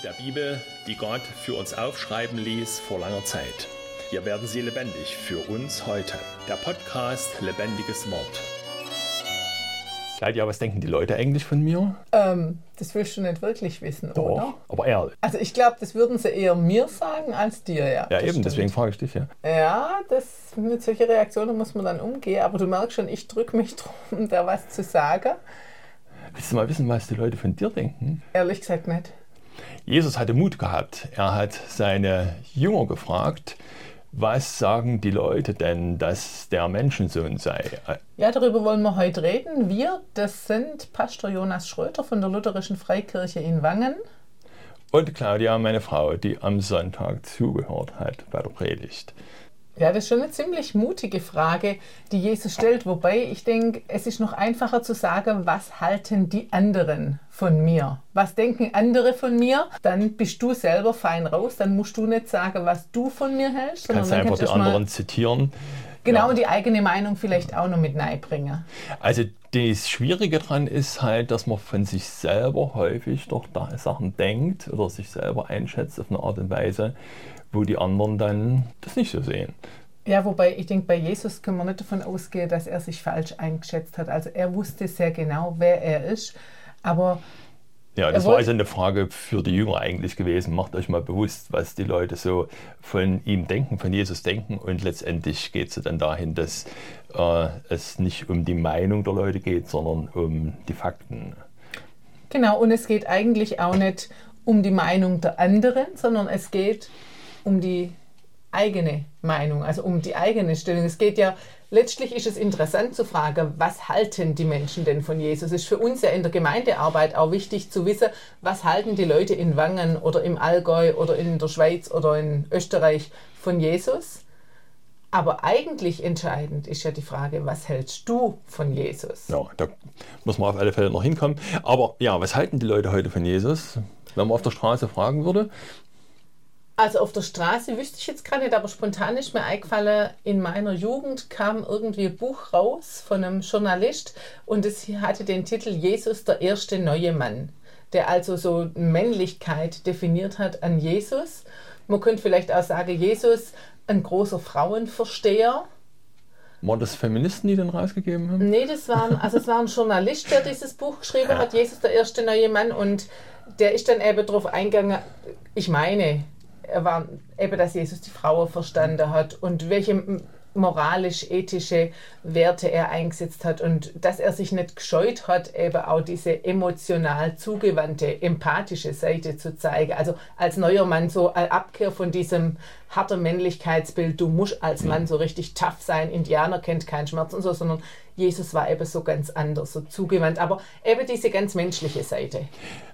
der Bibel, die Gott für uns aufschreiben ließ vor langer Zeit. Hier werden sie lebendig für uns heute. Der Podcast Lebendiges Wort. Claudia, was denken die Leute eigentlich von mir? Das willst du nicht wirklich wissen, Doch, oder? aber ehrlich. Also ich glaube, das würden sie eher mir sagen als dir, ja. Ja, eben, stimmt. deswegen frage ich dich, ja. Ja, mit solchen Reaktionen muss man dann umgehen, aber du merkst schon, ich drücke mich drum, da was zu sagen. Willst du mal wissen, was die Leute von dir denken? Ehrlich gesagt nicht. Jesus hatte Mut gehabt. Er hat seine Jünger gefragt, was sagen die Leute denn, dass der Menschensohn sei? Ja, darüber wollen wir heute reden. Wir, das sind Pastor Jonas Schröter von der Lutherischen Freikirche in Wangen. Und Claudia, meine Frau, die am Sonntag zugehört hat bei der Predigt. Ja, das ist schon eine ziemlich mutige Frage, die Jesus stellt. Wobei ich denke, es ist noch einfacher zu sagen, was halten die anderen von mir? Was denken andere von mir? Dann bist du selber fein raus. Dann musst du nicht sagen, was du von mir hältst. Kannst du einfach die anderen zitieren. Genau, ja. Und die eigene Meinung vielleicht auch noch mit reinbringen. Also das Schwierige daran ist halt, dass man von sich selber häufig doch da Sachen denkt oder sich selber einschätzt auf eine Art und Weise, wo die anderen dann das nicht so sehen. Ja, wobei ich denke, bei Jesus können wir nicht davon ausgehen, dass er sich falsch eingeschätzt hat. Also er wusste sehr genau, wer er ist, aber... Ja, das war also eine Frage für die Jünger eigentlich gewesen. Macht euch mal bewusst, was die Leute so von ihm denken, von Jesus denken. Und letztendlich geht es dann dahin, dass es nicht um die Meinung der Leute geht, sondern um die Fakten. Genau, und es geht eigentlich auch nicht um die Meinung der anderen, sondern es geht um die eigene Meinung, also um die eigene Stellung. Es geht ja, letztlich ist es interessant zu fragen, was halten die Menschen denn von Jesus? Es ist für uns ja in der Gemeindearbeit auch wichtig zu wissen, was halten die Leute in Wangen oder im Allgäu oder in der Schweiz oder in Österreich von Jesus? Aber eigentlich entscheidend ist ja die Frage, was hältst du von Jesus? Ja, da muss man auf alle Fälle noch hinkommen. Aber ja, was halten die Leute heute von Jesus? Wenn man auf der Straße fragen würde? Also auf der Straße wüsste ich jetzt gar nicht, aber spontan ist mir eingefallen, in meiner Jugend kam irgendwie ein Buch raus von einem Journalist und es hatte den Titel Jesus, der erste neue Mann, der also so Männlichkeit definiert hat an Jesus. Man könnte vielleicht auch sagen, Jesus, ein großer Frauenversteher. Waren das Feministen, die den rausgegeben haben? Nee, es war ein Journalist, der dieses Buch geschrieben hat, Jesus, der erste neue Mann, und der ist dann eben darauf eingegangen, ich meine, er war eben, dass Jesus die Frau verstanden hat und welche moralisch-ethische Werte er eingesetzt hat und dass er sich nicht gescheut hat, eben auch diese emotional zugewandte, empathische Seite zu zeigen. Also als neuer Mann so eine Abkehr von diesem harten Männlichkeitsbild, du musst als Mann so richtig tough sein, Indianer kennt keinen Schmerz und so, sondern Jesus war eben so ganz anders, so zugewandt, aber eben diese ganz menschliche Seite.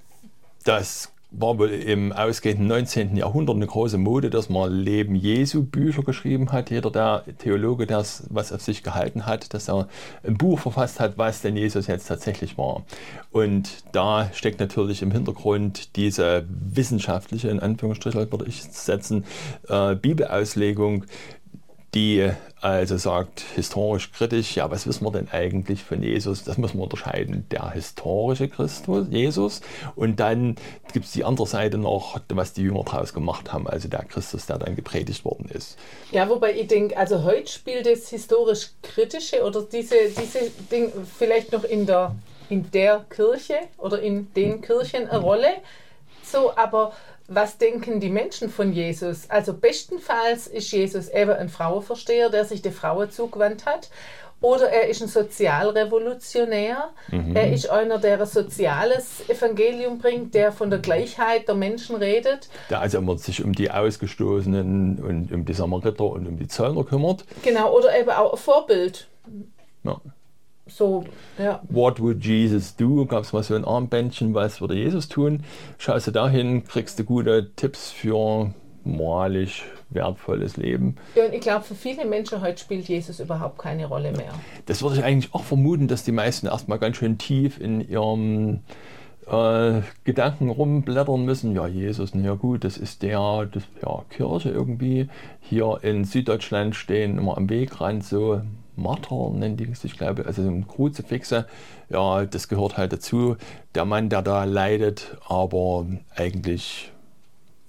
Das war wohl im ausgehenden 19. Jahrhundert eine große Mode, dass man Leben Jesu Bücher geschrieben hat. Jeder der Theologe, der was auf sich gehalten hat, dass er ein Buch verfasst hat, was denn Jesus jetzt tatsächlich war. Und da steckt natürlich im Hintergrund diese wissenschaftliche, in Anführungsstrichen würde ich setzen, Bibelauslegung, die also sagt, historisch kritisch, ja, was wissen wir denn eigentlich von Jesus? Das müssen wir unterscheiden, der historische Christus, Jesus, und dann gibt es die andere Seite noch, was die Jünger daraus gemacht haben, also der Christus, der dann gepredigt worden ist. Ja, wobei ich denke, also heute spielt das historisch kritische oder diese Ding vielleicht noch in der Kirche oder in den Kirchen eine Rolle, so, aber was denken die Menschen von Jesus? Also bestenfalls ist Jesus eben ein Frauenversteher, der sich der Frauen zugewandt hat. Oder er ist ein Sozialrevolutionär. Er ist einer, der ein soziales Evangelium bringt, der von der Gleichheit der Menschen redet. Der also immer sich um die Ausgestoßenen und um die Samariter und um die Zöllner kümmert. Genau, oder eben auch ein Vorbild. Ja. So, ja. What would Jesus do? Gab es mal so ein Armbändchen, was würde Jesus tun? Schaust du dahin, kriegst du gute Tipps für moralisch wertvolles Leben. Ja, und ich glaube, für viele Menschen heute spielt Jesus überhaupt keine Rolle mehr. Das würde ich eigentlich auch vermuten, dass die meisten erstmal ganz schön tief in ihrem Gedanken rumblättern müssen. Ja, Jesus, na ja gut, das ist Kirche irgendwie. Hier in Süddeutschland stehen immer am Wegrand so Marter, nennen die sich, glaube ich, also ein Kruzifixe. Ja, das gehört halt dazu. Der Mann, der da leidet, aber eigentlich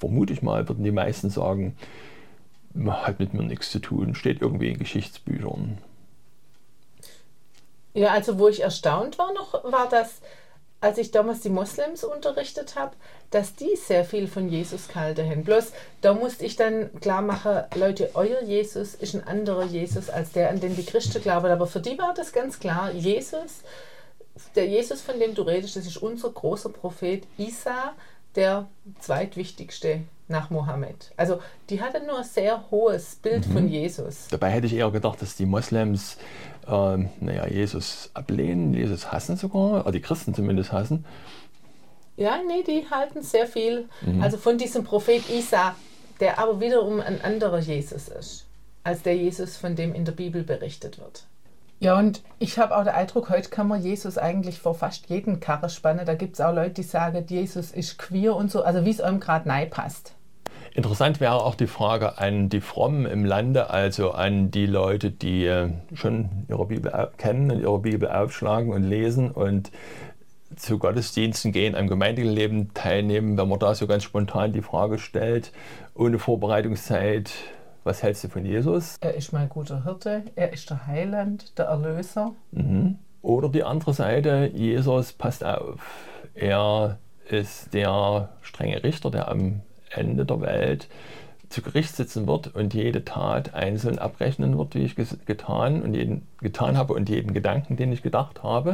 vermute ich mal, würden die meisten sagen, hat mit mir nichts zu tun, steht irgendwie in Geschichtsbüchern. Ja, also wo ich erstaunt war noch, war das, als ich damals die Moslems unterrichtet habe, dass die sehr viel von Jesus gehalten haben. Bloß da musste ich dann klar machen, Leute, euer Jesus ist ein anderer Jesus als der, an den die Christen glauben. Aber für die war das ganz klar, der Jesus, von dem du redest, das ist unser großer Prophet Isa, der zweitwichtigste nach Mohammed. Also die hatten nur ein sehr hohes Bild von Jesus. Dabei hätte ich eher gedacht, dass die Moslems Jesus ablehnen, Jesus hassen sogar, oder die Christen zumindest hassen. Ja, nee, die halten sehr viel, also von diesem Prophet Isa, der aber wiederum ein anderer Jesus ist, als der Jesus, von dem in der Bibel berichtet wird. Ja, und ich habe auch den Eindruck, heute kann man Jesus eigentlich vor fast jeden Karre spannen. Da gibt es auch Leute, die sagen, Jesus ist queer und so, also wie es einem gerade nahe passt. Interessant wäre auch die Frage an die Frommen im Lande, also an die Leute, die schon ihre Bibel kennen und ihre Bibel aufschlagen und lesen und zu Gottesdiensten gehen, am Gemeindeleben teilnehmen. Wenn man da so ganz spontan die Frage stellt, ohne Vorbereitungszeit, was hältst du von Jesus? Er ist mein guter Hirte, er ist der Heiland, der Erlöser. Oder die andere Seite, Jesus, passt auf, er ist der strenge Richter, der am Ende der Welt zu Gericht sitzen wird und jede Tat einzeln abrechnen wird, wie ich getan habe und jeden Gedanken, den ich gedacht habe.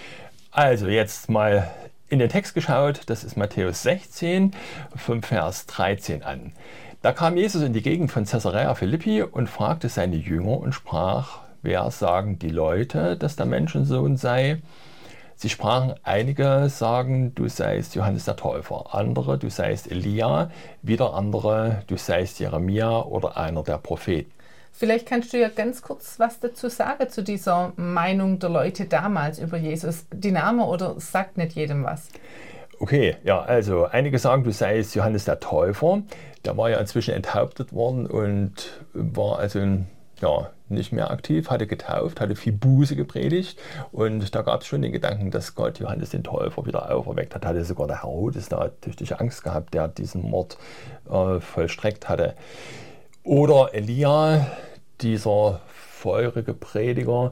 Also jetzt mal in den Text geschaut, das ist Matthäus 16, vom Vers 13 an. Da kam Jesus in die Gegend von Caesarea Philippi und fragte seine Jünger und sprach, wer sagen die Leute, dass der Menschensohn sei? Sie sprachen, einige sagen, du seist Johannes der Täufer, andere, du seist Elia, wieder andere, du seist Jeremia oder einer der Propheten. Vielleicht kannst du ja ganz kurz was dazu sagen, zu dieser Meinung der Leute damals über Jesus. Die Namen oder sagt nicht jedem was? Okay, ja, also einige sagen, du seist Johannes der Täufer. Der war ja inzwischen enthauptet worden und war also nicht mehr aktiv, hatte getauft, hatte viel Buße gepredigt und da gab es schon den Gedanken, dass Gott Johannes den Täufer wieder auferweckt hat. Hatte sogar der Herodes da tüchtige Angst gehabt, der diesen Mord vollstreckt hatte. Oder Elia, dieser feurige Prediger,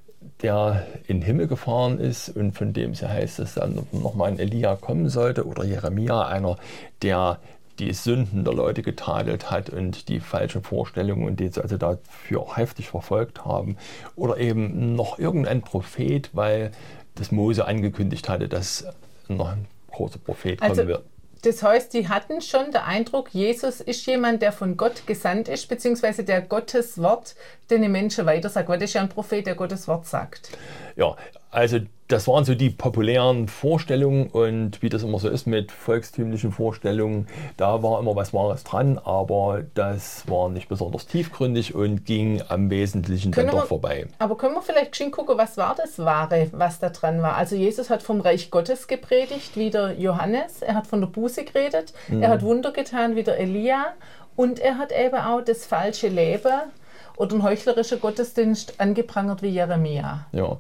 der in den Himmel gefahren ist und von dem es heißt, dass dann nochmal ein Elia kommen sollte. Oder Jeremia, einer, der die Sünden der Leute getadelt hat und die falschen Vorstellungen und die sie also dafür auch heftig verfolgt haben. Oder eben noch irgendein Prophet, weil das Mose angekündigt hatte, dass noch ein großer Prophet kommen wird. Das heißt, die hatten schon den Eindruck, Jesus ist jemand, der von Gott gesandt ist, beziehungsweise der Gottes Wort den Menschen weitersagt, weil das ist ja ein Prophet, der Gottes Wort sagt. Ja, also das waren so die populären Vorstellungen und wie das immer so ist mit volkstümlichen Vorstellungen, da war immer was Wahres dran, aber das war nicht besonders tiefgründig und ging am Wesentlichen dann doch vorbei. Aber können wir vielleicht geschwind gucken, was war das Wahre, was da dran war? Also Jesus hat vom Reich Gottes gepredigt, wie der Johannes, er hat von der Buße geredet, er hat Wunder getan, wie der Elia und er hat eben auch das falsche Leben oder einen heuchlerischen Gottesdienst angeprangert wie Jeremia. Ja.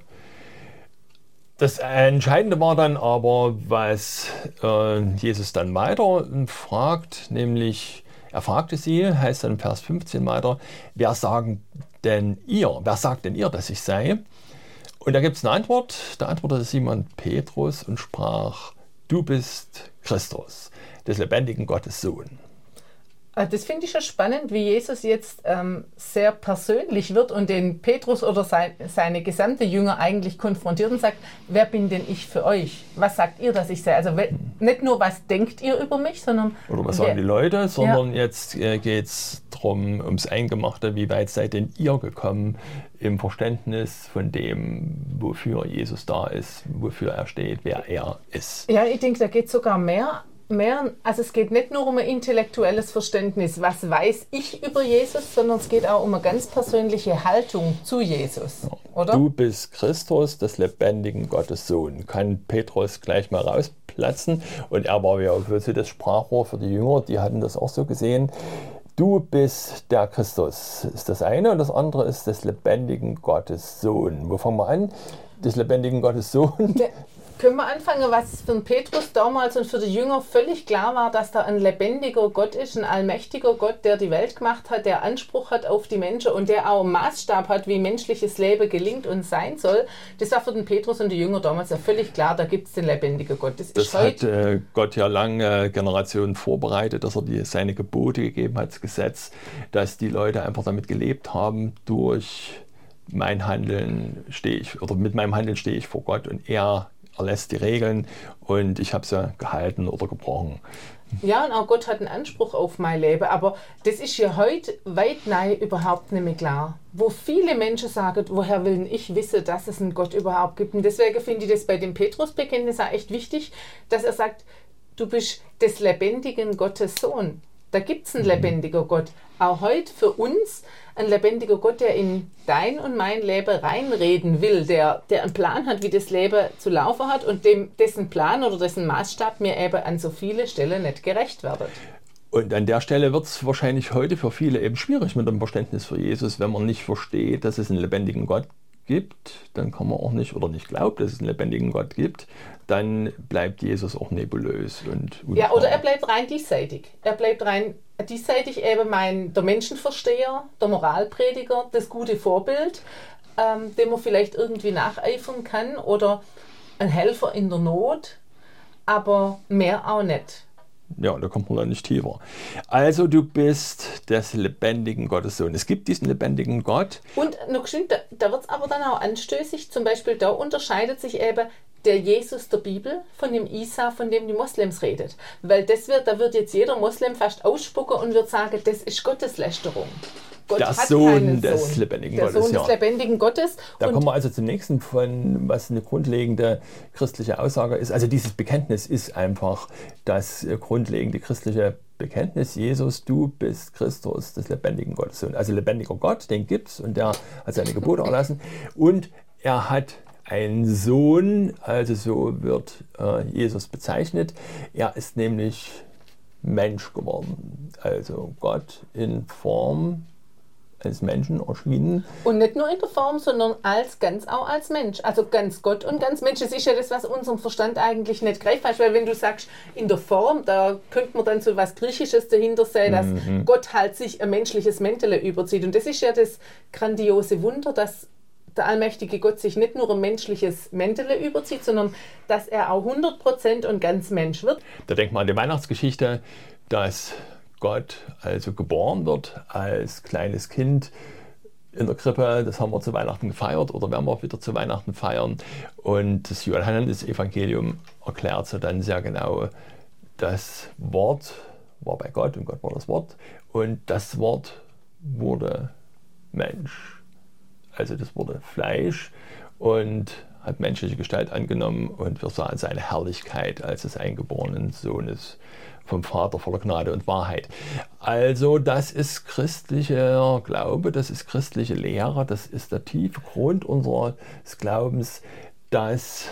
Das Entscheidende war dann aber, was Jesus dann weiter fragt, nämlich, er fragte sie, heißt dann in Vers 15 weiter, wer sagt denn ihr, dass ich sei? Und da gibt es eine Antwort, da antwortete Simon Petrus und sprach, du bist Christus, des lebendigen Gottes Sohn. Das finde ich schon spannend, wie Jesus jetzt sehr persönlich wird und den Petrus oder seine gesamte Jünger eigentlich konfrontiert und sagt, wer bin denn ich für euch? Was sagt ihr, dass ich sei? Also nicht nur, was denkt ihr über mich, sondern... Oder was sagen die Leute, sondern jetzt geht es darum, ums Eingemachte, wie weit seid denn ihr gekommen im Verständnis von dem, wofür Jesus da ist, wofür er steht, wer er ist. Ja, ich denke, da geht es sogar mehr, also es geht nicht nur um ein intellektuelles Verständnis, was weiß ich über Jesus, sondern es geht auch um eine ganz persönliche Haltung zu Jesus, oder? Du bist Christus, des lebendigen Gottes Sohn. Kann Petrus gleich mal rausplatzen und er war ja für das Sprachrohr für die Jünger, die hatten das auch so gesehen. Du bist der Christus, ist das eine und das andere ist des lebendigen Gottes Sohn. Wo fangen wir an? Des lebendigen Gottes Sohn? Können wir anfangen, was für den Petrus damals und für die Jünger völlig klar war, dass da ein lebendiger Gott ist, ein allmächtiger Gott, der die Welt gemacht hat, der Anspruch hat auf die Menschen und der auch einen Maßstab hat, wie menschliches Leben gelingt und sein soll. Das war für den Petrus und die Jünger damals ja völlig klar, da gibt es den lebendigen Gott. Das hat Gott ja lange Generationen vorbereitet, dass er seine Gebote gegeben hat, das Gesetz, dass die Leute einfach damit gelebt haben, durch mein Handeln stehe ich, oder mit meinem Handeln stehe ich vor Gott und er erlässt die Regeln und ich habe sie gehalten oder gebrochen. Ja, und auch Gott hat einen Anspruch auf mein Leben, aber das ist ja heute weit nahe überhaupt nicht mehr klar. Wo viele Menschen sagen, woher will ich wissen, dass es einen Gott überhaupt gibt. Und deswegen finde ich das bei dem Petrusbekenntnis auch echt wichtig, dass er sagt, du bist des lebendigen Gottes Sohn. Da gibt es einen lebendigen Gott. Auch heute für uns ein lebendiger Gott, der in dein und mein Leben reinreden will, der einen Plan hat, wie das Leben zu laufen hat und dessen Plan oder dessen Maßstab mir eben an so viele Stellen nicht gerecht wird. Und an der Stelle wird es wahrscheinlich heute für viele eben schwierig mit dem Verständnis für Jesus, wenn man nicht versteht, dass es einen lebendigen Gott gibt, dann kann man auch nicht, oder nicht glaubt, dass es einen lebendigen Gott gibt, dann bleibt Jesus auch nebulös und unklar. Ja, oder er bleibt rein diesseitig. Er bleibt rein diesseitig eben der Menschenversteher, der Moralprediger, das gute Vorbild, dem man vielleicht irgendwie nacheifern kann oder ein Helfer in der Not, aber mehr auch nicht. Ja, da kommt man dann nicht tiefer. Also du bist des lebendigen Gottes Sohn. Es gibt diesen lebendigen Gott. Und noch schön, da wird es aber dann auch anstößig. Zum Beispiel da unterscheidet sich eben der Jesus der Bibel von dem Isa, von dem die Moslems redet. Weil da wird jetzt jeder Moslem fast ausspucken und wird sagen, das ist Gotteslästerung. Gott der hat Sohn des lebendigen Gottes. Der Sohn des lebendigen Gottes. Da kommen wir also zum nächsten, von was eine grundlegende christliche Aussage ist. Also dieses Bekenntnis ist einfach das grundlegende christliche Bekenntnis. Jesus, du bist Christus des lebendigen Gottes Sohn. Also lebendiger Gott, den gibt's und der hat seine Gebote erlassen. Und er hat einen Sohn, also so wird Jesus bezeichnet. Er ist nämlich Mensch geworden. Also Gott in Form als Menschen erschienen. Und nicht nur in der Form, sondern ganz auch als Mensch. Also ganz Gott und ganz Mensch. Das ist ja das, was unserem Verstand eigentlich nicht greifbar ist. Weil wenn du sagst, in der Form, da könnte man dann so was Griechisches dahinter sehen, dass Gott halt sich ein menschliches Mäntel überzieht. Und das ist ja das grandiose Wunder, dass der allmächtige Gott sich nicht nur ein menschliches Mäntel überzieht, sondern dass er auch 100% und ganz Mensch wird. Da denkt man an die Weihnachtsgeschichte, dass Gott also geboren wird als kleines Kind in der Krippe. Das haben wir zu Weihnachten gefeiert oder werden wir wieder zu Weihnachten feiern. Und das Johannes-Evangelium erklärt so dann sehr genau, das Wort war bei Gott und Gott war das Wort. Und das Wort wurde Mensch. Also das wurde Fleisch und hat menschliche Gestalt angenommen und wir sahen seine Herrlichkeit als des eingeborenen Sohnes vom Vater voller Gnade und Wahrheit. Also das ist christlicher Glaube, das ist christliche Lehre, das ist der tiefe Grund unseres Glaubens, dass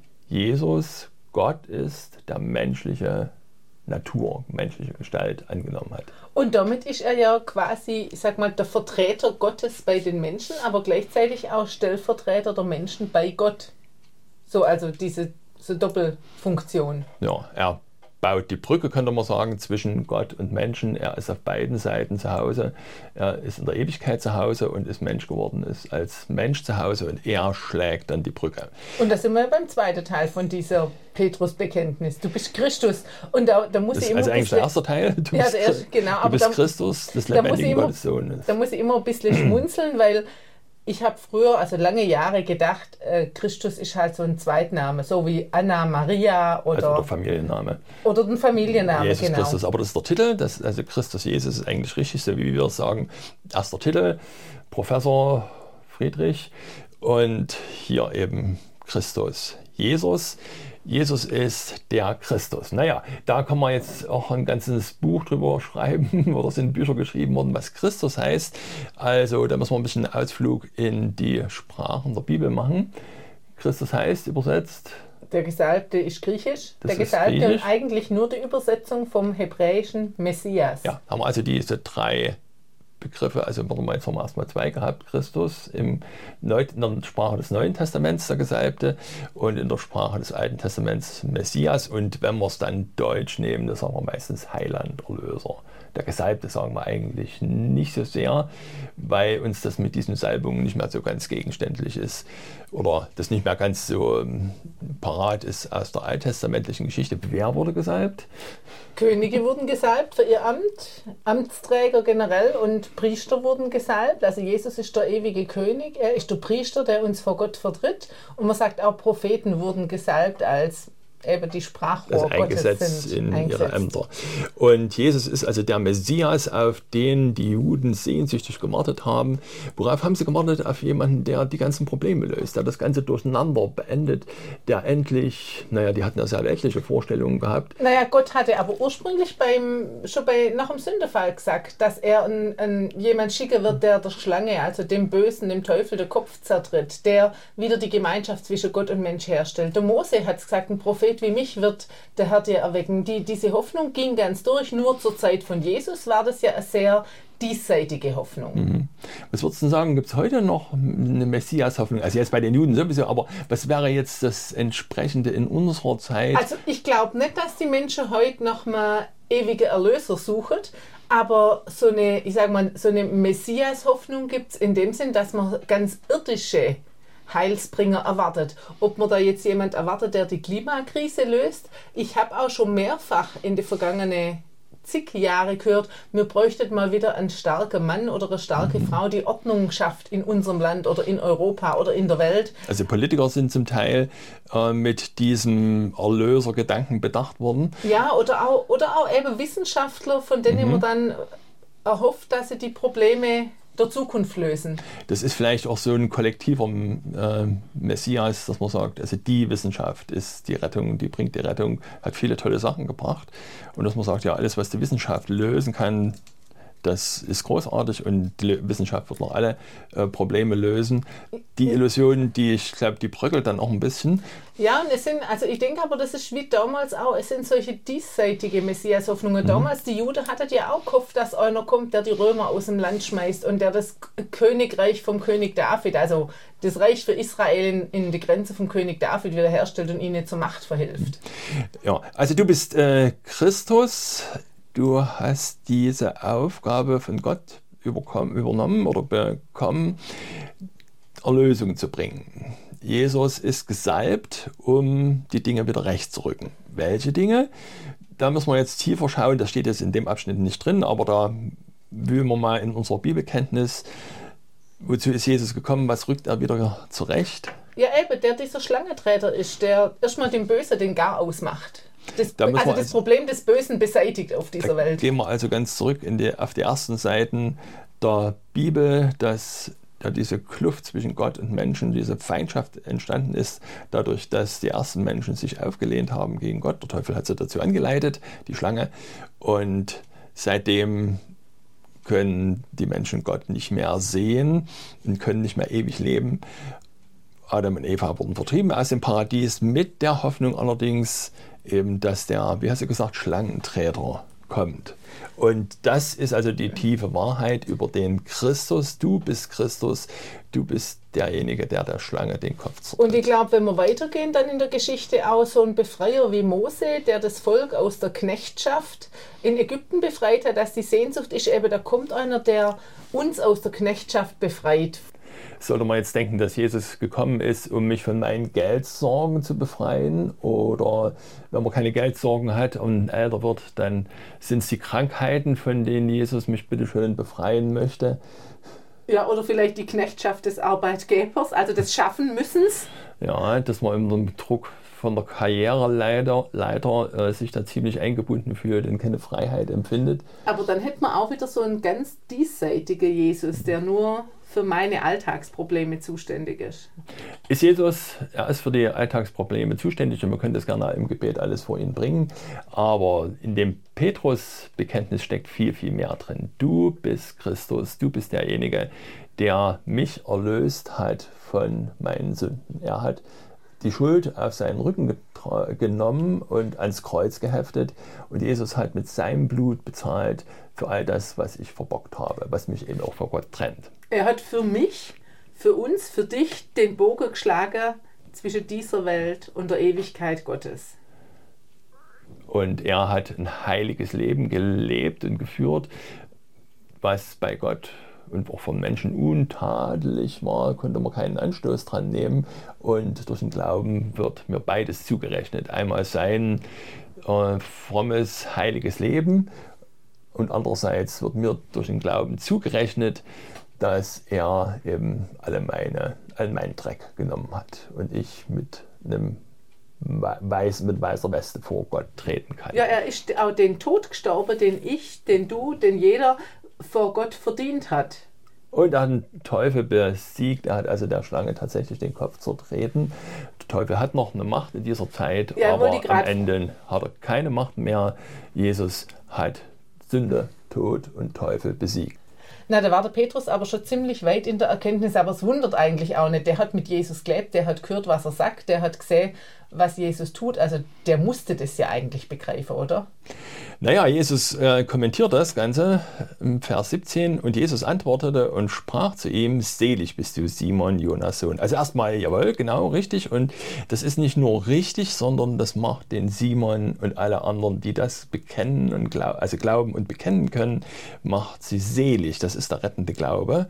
Jesus Gott ist, der menschliche Natur, menschliche Gestalt angenommen hat. Und damit ist er ja quasi, ich sag mal, der Vertreter Gottes bei den Menschen, aber gleichzeitig auch Stellvertreter der Menschen bei Gott. So, also diese Doppelfunktion. Ja, er baut die Brücke, könnte man sagen, zwischen Gott und Menschen. Er ist auf beiden Seiten zu Hause. Er ist in der Ewigkeit zu Hause und ist Mensch geworden, ist als Mensch zu Hause und er schlägt dann die Brücke. Und da sind wir beim zweiten Teil von dieser Petrus-Bekenntnis. Du bist Christus. Und da muss ich immer also eigentlich der erste Teil. Du bist Christus, des lebendigen Gottes Sohn. Da muss ich immer ein bisschen schmunzeln, weil ich habe früher, also lange Jahre gedacht, Christus ist halt so ein Zweitname, so wie Anna Maria oder... Also der Familienname. Oder ein Familienname, Jesus genau. Christus, aber das ist der Titel, also Christus Jesus ist eigentlich richtig, so wie wir sagen, erster Titel, Professor Friedrich und hier eben Christus Jesus. Jesus ist der Christus. Naja, da kann man jetzt auch ein ganzes Buch drüber schreiben oder sind Bücher geschrieben worden, was Christus heißt. Also da müssen wir ein bisschen Ausflug in die Sprachen der Bibel machen. Christus heißt übersetzt... Der Gesalbte ist griechisch. Der Gesalbte ist eigentlich nur die Übersetzung vom hebräischen Messias. Ja, haben wir also diese drei Begriffe, also wir haben jetzt erstmal zwei gehabt, Christus in der Sprache des Neuen Testaments, der Gesalbte, und in der Sprache des Alten Testaments Messias, und wenn wir es dann deutsch nehmen, das sagen wir meistens Heiland, Erlöser. Der Gesalbte sagen wir eigentlich nicht so sehr, weil uns das mit diesen Salbungen nicht mehr so ganz gegenständlich ist oder das nicht mehr ganz so parat ist aus der alttestamentlichen Geschichte. Wer wurde gesalbt? Könige wurden gesalbt für ihr Amt, Amtsträger generell, und Priester wurden gesalbt. Also Jesus ist der ewige König, er ist der Priester, der uns vor Gott vertritt. Und man sagt auch, Propheten wurden gesalbt als eben die Sprachrohr Gottes sind in ihre Ämter. Und Jesus ist also der Messias, auf den die Juden sehnsüchtig gewartet haben. Worauf haben sie gewartet? Auf jemanden, der die ganzen Probleme löst, der das Ganze durcheinander beendet, der endlich, die hatten ja sehr weltliche Vorstellungen gehabt. Gott hatte aber ursprünglich nach dem Sündenfall gesagt, dass er jemand schicken wird, der der Schlange, also dem Bösen, dem Teufel, den Kopf zertritt, der wieder die Gemeinschaft zwischen Gott und Mensch herstellt. Der Mose hat gesagt, ein Prophet wie mich wird der Herr dir erwecken. Diese Hoffnung ging ganz durch. Nur zur Zeit von Jesus war das ja eine sehr diesseitige Hoffnung. Mhm. Was würdest du sagen, gibt es heute noch eine Messias-Hoffnung? Also jetzt bei den Juden sowieso, aber was wäre jetzt das Entsprechende in unserer Zeit? Also ich glaube nicht, dass die Menschen heute noch mal ewige Erlöser suchen, aber so eine Messias-Hoffnung gibt es in dem Sinn, dass man ganz irdische Heilsbringer erwartet. Ob man da jetzt jemand erwartet, der die Klimakrise löst? Ich habe auch schon mehrfach in den vergangenen zig Jahre gehört, wir bräuchten mal wieder einen starken Mann oder eine starke Frau, die Ordnung schafft in unserem Land oder in Europa oder in der Welt. Also Politiker sind zum Teil mit diesem Erlösergedanken bedacht worden. Ja, oder auch eben Wissenschaftler, von denen man dann erhofft, dass sie die Probleme der Zukunft lösen. Das ist vielleicht auch so ein kollektiver Messias, dass man sagt, also die Wissenschaft ist die Rettung, die bringt die Rettung, hat viele tolle Sachen gebracht, und dass man sagt, ja, alles, was die Wissenschaft lösen kann, das ist großartig, und die Wissenschaft wird noch alle Probleme lösen. Die Illusion, die bröckelt dann auch ein bisschen. Ja, und ich denke aber, das ist wie damals auch, es sind solche diesseitige Messias-Hoffnungen. Damals, die Juden hatten ja auch gehofft, dass einer kommt, der die Römer aus dem Land schmeißt und der das Königreich vom König David, also das Reich für Israel in die Grenze vom König David wiederherstellt und ihnen zur Macht verhilft. Ja, also du bist Christus. Du hast diese Aufgabe von Gott übernommen oder bekommen, Erlösung zu bringen. Jesus ist gesalbt, um die Dinge wieder recht zu rücken. Welche Dinge? Da müssen wir jetzt tiefer schauen, das steht jetzt in dem Abschnitt nicht drin, aber da wühlen wir mal in unserer Bibelkenntnis, wozu ist Jesus gekommen, was rückt er wieder zurecht? Ja, eben, der dieser Schlangenträger ist, der erstmal dem Bösen den Gar ausmacht. Das Problem des Bösen beseitigt auf dieser Welt. Gehen wir also ganz zurück auf die ersten Seiten der Bibel, dass da diese Kluft zwischen Gott und Menschen, diese Feindschaft entstanden ist, dadurch, dass die ersten Menschen sich aufgelehnt haben gegen Gott. Der Teufel hat sie dazu angeleitet, die Schlange. Und seitdem können die Menschen Gott nicht mehr sehen und können nicht mehr ewig leben. Adam und Eva wurden vertrieben aus dem Paradies, mit der Hoffnung allerdings eben, dass der, wie hast du gesagt, Schlangenträger kommt. Und das ist also die tiefe Wahrheit über den Christus. Du bist Christus, du bist derjenige, der der Schlange den Kopf zertritt. Und ich glaube, wenn wir weitergehen, dann in der Geschichte auch so ein Befreier wie Mose, der das Volk aus der Knechtschaft in Ägypten befreit hat, dass die Sehnsucht ist eben, da kommt einer, der uns aus der Knechtschaft befreit. Sollte man jetzt denken, dass Jesus gekommen ist, um mich von meinen Geldsorgen zu befreien? Oder wenn man keine Geldsorgen hat und älter wird, dann sind es die Krankheiten, von denen Jesus mich bitte schön befreien möchte? Ja, oder vielleicht die Knechtschaft des Arbeitgebers, also des Schaffenmüssens. Ja, dass man unter dem Druck von der Karriereleiter sich da ziemlich eingebunden fühlt und keine Freiheit empfindet. Aber dann hätte man auch wieder so einen ganz diesseitigen Jesus, der nur für meine Alltagsprobleme zuständig ist. Ist Jesus, er ist für die Alltagsprobleme zuständig und wir können das gerne im Gebet alles vor ihn bringen. Aber in dem Petrus-Bekenntnis steckt viel, viel mehr drin. Du bist Christus, du bist derjenige, der mich erlöst hat von meinen Sünden. Er hat die Schuld auf seinen Rücken genommen und ans Kreuz geheftet. Und Jesus hat mit seinem Blut bezahlt für all das, was ich verbockt habe, was mich eben auch vor Gott trennt. Er hat für mich, für uns, für dich den Bogen geschlagen zwischen dieser Welt und der Ewigkeit Gottes. Und er hat ein heiliges Leben gelebt und geführt, was bei Gott und auch von Menschen untadelig war, konnte man keinen Anstoß dran nehmen. Und durch den Glauben wird mir beides zugerechnet. Einmal sein frommes, heiliges Leben und andererseits wird mir durch den Glauben zugerechnet, dass er eben all meinen Dreck genommen hat und ich mit weißer Weste vor Gott treten kann. Ja, er ist auch den Tod gestorben, den ich, den du, den jeder vor Gott verdient hat. Und er hat den Teufel besiegt. Er hat also der Schlange tatsächlich den Kopf zertreten. Der Teufel hat noch eine Macht in dieser Zeit, ja, aber am Ende hat er keine Macht mehr. Jesus hat Sünde, Tod und Teufel besiegt. Na, da war der Petrus aber schon ziemlich weit in der Erkenntnis, aber es wundert eigentlich auch nicht. Der hat mit Jesus gelebt, der hat gehört, was er sagt, der hat gesehen, was Jesus tut. Also der musste das ja eigentlich begreifen, oder? Naja, Jesus kommentiert das Ganze im Vers 17 und Jesus antwortete und sprach zu ihm, selig bist du, Simon, Jonas Sohn. Also erstmal, jawohl, genau, richtig. Und das ist nicht nur richtig, sondern das macht den Simon und alle anderen, die das bekennen und glauben und bekennen können, macht sie selig. Das ist der rettende Glaube.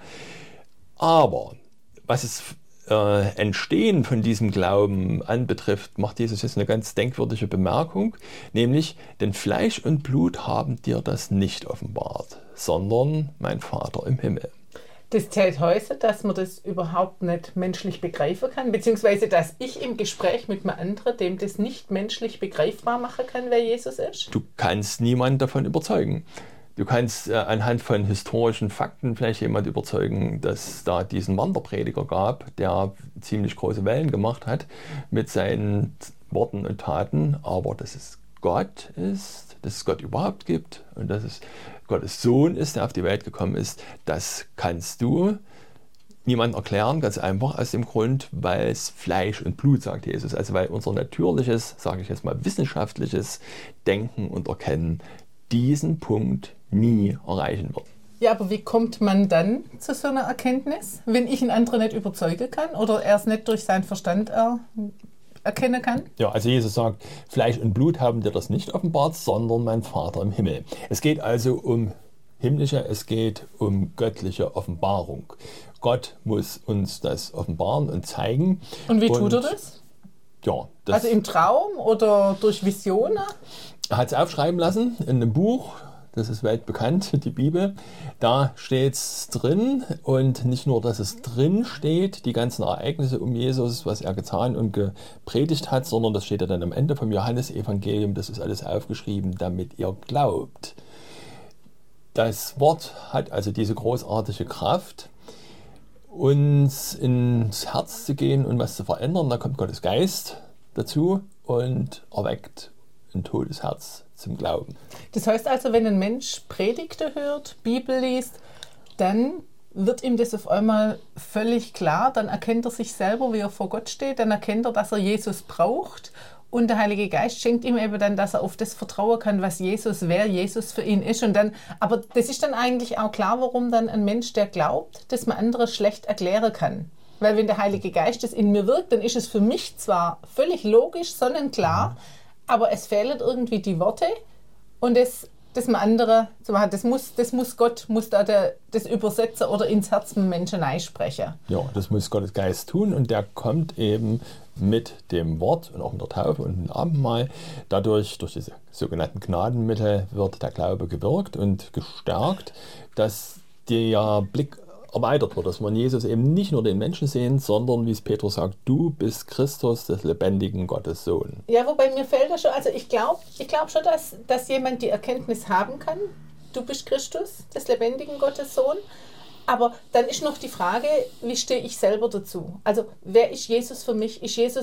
Aber was es Entstehen von diesem Glauben anbetrifft, macht Jesus jetzt eine ganz denkwürdige Bemerkung, nämlich, denn Fleisch und Blut haben dir das nicht offenbart, sondern mein Vater im Himmel. Das zählt heute, dass man das überhaupt nicht menschlich begreifen kann, beziehungsweise dass ich im Gespräch mit einem anderen, dem das nicht menschlich begreifbar machen kann, wer Jesus ist? Du kannst niemanden davon überzeugen. Du kannst anhand von historischen Fakten vielleicht jemand überzeugen, dass da diesen Wanderprediger gab, der ziemlich große Wellen gemacht hat mit seinen Worten und Taten, aber dass es Gott ist, dass es Gott überhaupt gibt und dass es Gottes Sohn ist, der auf die Welt gekommen ist, das kannst du niemandem erklären, ganz einfach aus dem Grund, weil es Fleisch und Blut, sagt Jesus. Also weil unser natürliches, sage ich jetzt mal, wissenschaftliches Denken und Erkennen diesen Punkt nie erreichen wird. Ja, aber wie kommt man dann zu so einer Erkenntnis, wenn ich einen anderen nicht überzeugen kann oder er es nicht durch seinen Verstand erkennen kann? Ja, also Jesus sagt, Fleisch und Blut haben dir das nicht offenbart, sondern mein Vater im Himmel. Es geht also um himmlische, es geht um göttliche Offenbarung. Gott muss uns das offenbaren und zeigen. Und wie tut er das? Ja, also im Traum oder durch Visionen? Er hat es aufschreiben lassen in einem Buch, das ist weltbekannt, die Bibel. Da steht es drin und nicht nur, dass es drin steht, die ganzen Ereignisse um Jesus, was er getan und gepredigt hat, sondern das steht ja dann am Ende vom Johannesevangelium, das ist alles aufgeschrieben, damit ihr glaubt. Das Wort hat also diese großartige Kraft, uns ins Herz zu gehen und was zu verändern. Da kommt Gottes Geist dazu und erweckt ein totes Herz zum Glauben. Das heißt also, wenn ein Mensch Predigten hört, Bibel liest, dann wird ihm das auf einmal völlig klar, dann erkennt er sich selber, wie er vor Gott steht, dann erkennt er, dass er Jesus braucht und der Heilige Geist schenkt ihm eben dann, dass er auf das vertrauen kann, was Jesus, wer Jesus für ihn ist. Und dann, aber das ist dann eigentlich auch klar, warum dann ein Mensch, der glaubt, dass man andere schlecht erklären kann. Weil wenn der Heilige Geist das in mir wirkt, dann ist es für mich zwar völlig logisch, sonnenklar, aber es fehlen irgendwie die Worte und das man andere zu machen, das muss Gott, muss da das übersetzen oder ins Herz des Menschen einsprechen. Ja, das muss Gottes Geist tun und der kommt eben mit dem Wort und auch mit der Taufe und dem Abendmahl. Dadurch, durch diese sogenannten Gnadenmittel, wird der Glaube gewirkt und gestärkt, dass der Blick erweitert wird, dass man Jesus eben nicht nur den Menschen sehen, sondern, wie es Petrus sagt, du bist Christus, des lebendigen Gottes Sohn. Ja, wobei mir fällt das schon, also ich glaube schon, dass jemand die Erkenntnis haben kann, du bist Christus, des lebendigen Gottes Sohn, aber dann ist noch die Frage, wie stehe ich selber dazu? Also wer ist Jesus für mich? Ist Jesus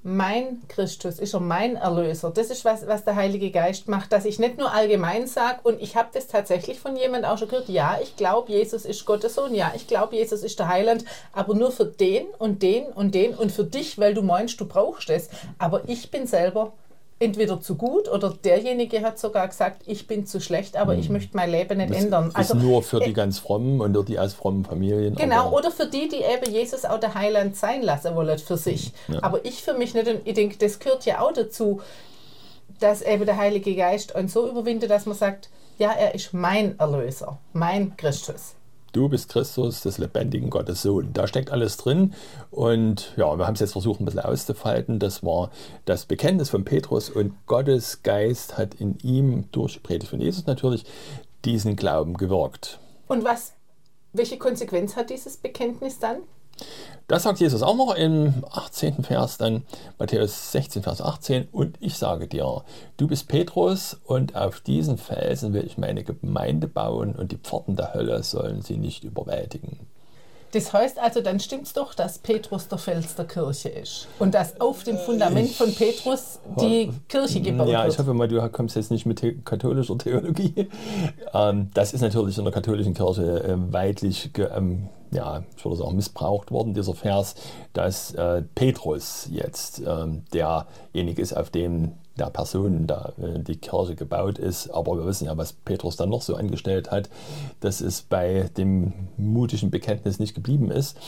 mein Christus, ist er mein Erlöser. Das ist was der Heilige Geist macht, dass ich nicht nur allgemein sage, und ich habe das tatsächlich von jemandem auch schon gehört, ja, ich glaube, Jesus ist Gottes Sohn, ja, ich glaube, Jesus ist der Heiland, aber nur für den und den und den und für dich, weil du meinst, du brauchst es. Aber ich bin selber entweder zu gut oder derjenige hat sogar gesagt, ich bin zu schlecht, aber ich möchte mein Leben nicht ändern. Also nur für die ganz Frommen und die aus frommen Familien. Genau, oder für die eben Jesus auch der Heiland sein lassen wollen für sich. Ja. Aber ich für mich nicht. Und ich denke, das gehört ja auch dazu, dass eben der Heilige Geist uns so überwindet, dass man sagt, ja, er ist mein Erlöser, mein Christus. Du bist Christus, des lebendigen Gottes Sohn. Da steckt alles drin. Und ja, wir haben es jetzt versucht, ein bisschen auszufalten. Das war das Bekenntnis von Petrus, und Gottes Geist hat in ihm, durch die Predigt von Jesus natürlich, diesen Glauben gewirkt. Und welche Konsequenz hat dieses Bekenntnis dann? Das sagt Jesus auch noch im 18. Vers, dann Matthäus 16, Vers 18. Und ich sage dir, du bist Petrus, und auf diesen Felsen will ich meine Gemeinde bauen, und die Pforten der Hölle sollen sie nicht überwältigen. Das heißt also, dann stimmt es doch, dass Petrus der Fels der Kirche ist und dass auf dem Fundament von Petrus die Kirche gebaut wird. Ja, ich hoffe mal, du kommst jetzt nicht mit katholischer Theologie. Das ist natürlich in der katholischen Kirche weitlich, ich würde sagen, missbraucht worden, dieser Vers, dass Petrus jetzt derjenige ist, auf dem der Person da die Kirche gebaut ist. Aber wir wissen ja, was Petrus dann noch so angestellt hat, dass es bei dem mutigen Bekenntnis nicht geblieben ist.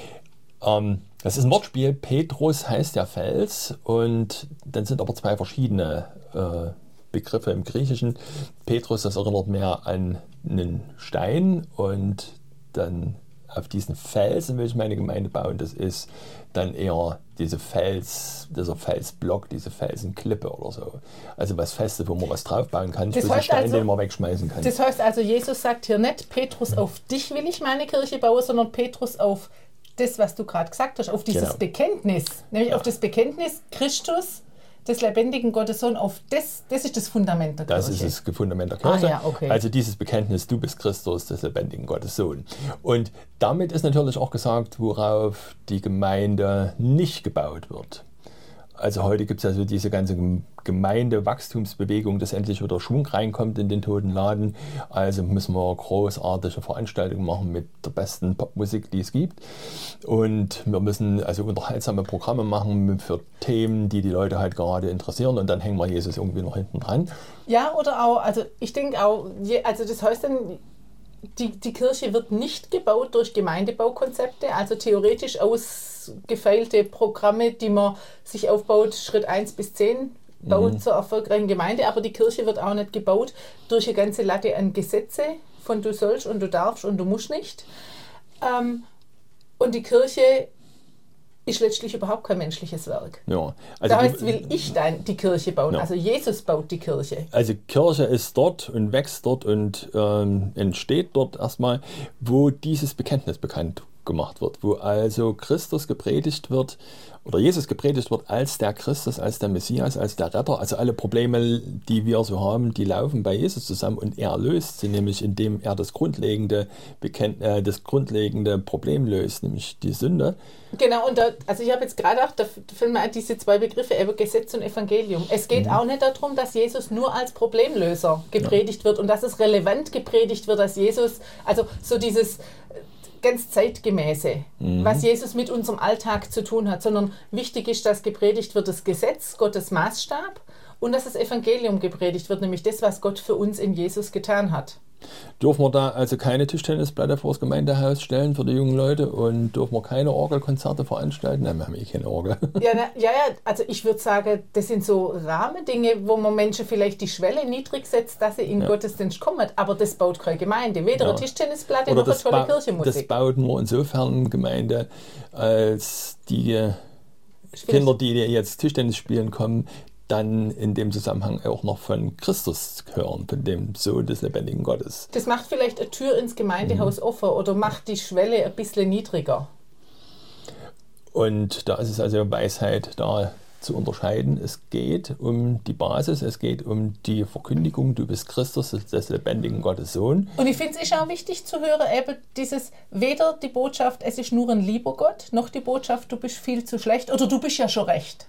Das ist ein Wortspiel. Petrus heißt ja Fels, und dann sind aber zwei verschiedene Begriffe im Griechischen. Petrus, das erinnert mehr an einen Stein, und dann auf diesen Felsen will ich meine Gemeinde bauen. Das ist dann eher dieser Felsblock, diese Felsenklippe oder so. Also was Festes, wo man was draufbauen kann, nicht ein Stein, den man wegschmeißen kann. Das heißt also, Jesus sagt hier nicht, Petrus, auf dich will ich meine Kirche bauen, sondern Petrus auf das, was du gerade gesagt hast, auf dieses Bekenntnis. Nämlich auf das Bekenntnis, Christus, des lebendigen Gottes Sohn, auf das ist das Fundament der Kirche. Das ist das Fundament der Kirche. Ja, okay. Also dieses Bekenntnis, du bist Christus, des lebendigen Gottes Sohn. Und damit ist natürlich auch gesagt, worauf die Gemeinde nicht gebaut wird. Also heute gibt es ja so diese ganze Gemeindewachstumsbewegung, dass endlich wieder Schwung reinkommt in den toten Laden. Also müssen wir großartige Veranstaltungen machen mit der besten Popmusik, die es gibt. Und wir müssen also unterhaltsame Programme machen für Themen, die Leute halt gerade interessieren. Und dann hängen wir Jesus irgendwie noch hinten dran. Ja, oder auch, also ich denke auch, also das heißt dann, die Kirche wird nicht gebaut durch Gemeindebaukonzepte, also theoretisch ausgefeilte Programme, die man sich aufbaut, Schritt 1 bis 10 baut zur erfolgreichen Gemeinde, aber die Kirche wird auch nicht gebaut durch eine ganze Latte an Gesetze von du sollst und du darfst und du musst nicht. Und die Kirche ist letztlich überhaupt kein menschliches Werk. Ja, also da heißt, will ich die Kirche bauen. Ja. Also Jesus baut die Kirche. Also Kirche ist dort und wächst dort und entsteht dort erstmal, wo dieses Bekenntnis bekannt gemacht wird, wo also Christus gepredigt wird oder Jesus gepredigt wird als der Christus, als der Messias, als der Retter. Also alle Probleme, die wir so haben, die laufen bei Jesus zusammen, und er löst sie, nämlich indem er das grundlegende Problem löst, nämlich die Sünde. Genau, und also ich habe jetzt gerade auch, da fällt mir diese zwei Begriffe, eben Gesetz und Evangelium. Es geht auch nicht darum, dass Jesus nur als Problemlöser gepredigt wird und dass es relevant gepredigt wird, dass Jesus, also so dieses ganz zeitgemäße, was Jesus mit unserem Alltag zu tun hat, sondern wichtig ist, dass gepredigt wird das Gesetz, Gottes Maßstab, und dass das Evangelium gepredigt wird, nämlich das, was Gott für uns in Jesus getan hat. Dürfen wir da also keine Tischtennisplatte vor das Gemeindehaus stellen für die jungen Leute, und dürfen wir keine Orgelkonzerte veranstalten? Nein, wir haben keine Orgel. Ja, also ich würde sagen, das sind so Rahmendinge, wo man Menschen vielleicht die Schwelle niedrig setzt, dass sie in den Gottesdienst kommen, aber das baut keine Gemeinde. Weder eine Tischtennisplatte noch eine tolle Kirchenmusik. Das baut nur insofern Gemeinde, als die Kinder, die jetzt Tischtennis spielen kommen, dann in dem Zusammenhang auch noch von Christus hören, von dem Sohn des lebendigen Gottes. Das macht vielleicht eine Tür ins Gemeindehaus offen oder macht die Schwelle ein bisschen niedriger. Und da ist es also Weisheit, da zu unterscheiden. Es geht um die Basis, es geht um die Verkündigung, du bist Christus, des lebendigen Gottes Sohn. Und ich finde es ist auch wichtig zu hören, eben dieses, weder die Botschaft, es ist nur ein lieber Gott, noch die Botschaft, du bist viel zu schlecht oder du bist ja schon recht.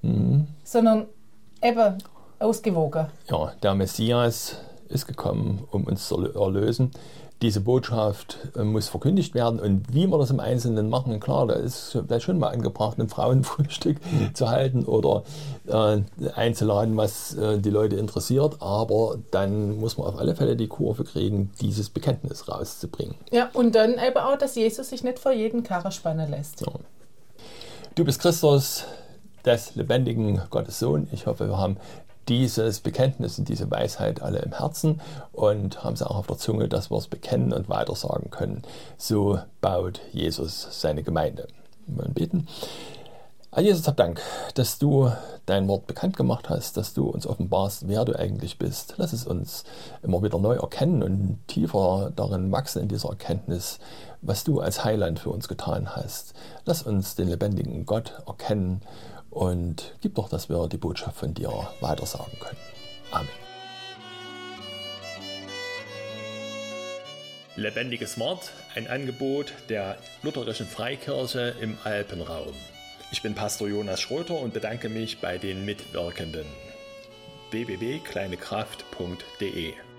sondern eben ausgewogen. Ja, der Messias ist gekommen, um uns zu erlösen. Diese Botschaft muss verkündigt werden, und wie wir das im Einzelnen machen, klar, da ist vielleicht schon mal angebracht, ein Frauenfrühstück zu halten oder einzuladen, was die Leute interessiert, aber dann muss man auf alle Fälle die Kurve kriegen, dieses Bekenntnis rauszubringen. Ja, und dann eben auch, dass Jesus sich nicht vor jeden Karren spannen lässt. Ja. Du bist Christus, des lebendigen Gottes Sohn. Ich hoffe, wir haben dieses Bekenntnis und diese Weisheit alle im Herzen und haben es auch auf der Zunge, dass wir es bekennen und weitersagen können. So baut Jesus seine Gemeinde. Wir wollen beten. Jesus, hab Dank, dass du dein Wort bekannt gemacht hast, dass du uns offenbarst, wer du eigentlich bist. Lass es uns immer wieder neu erkennen und tiefer darin wachsen in dieser Erkenntnis, was du als Heiland für uns getan hast. Lass uns den lebendigen Gott erkennen und gib doch, dass wir die Botschaft von dir weitersagen können. Amen. Lebendiges Wort, ein Angebot der Lutherischen Freikirche im Alpenraum. Ich bin Pastor Jonas Schröter und bedanke mich bei den Mitwirkenden. www.kleinekraft.de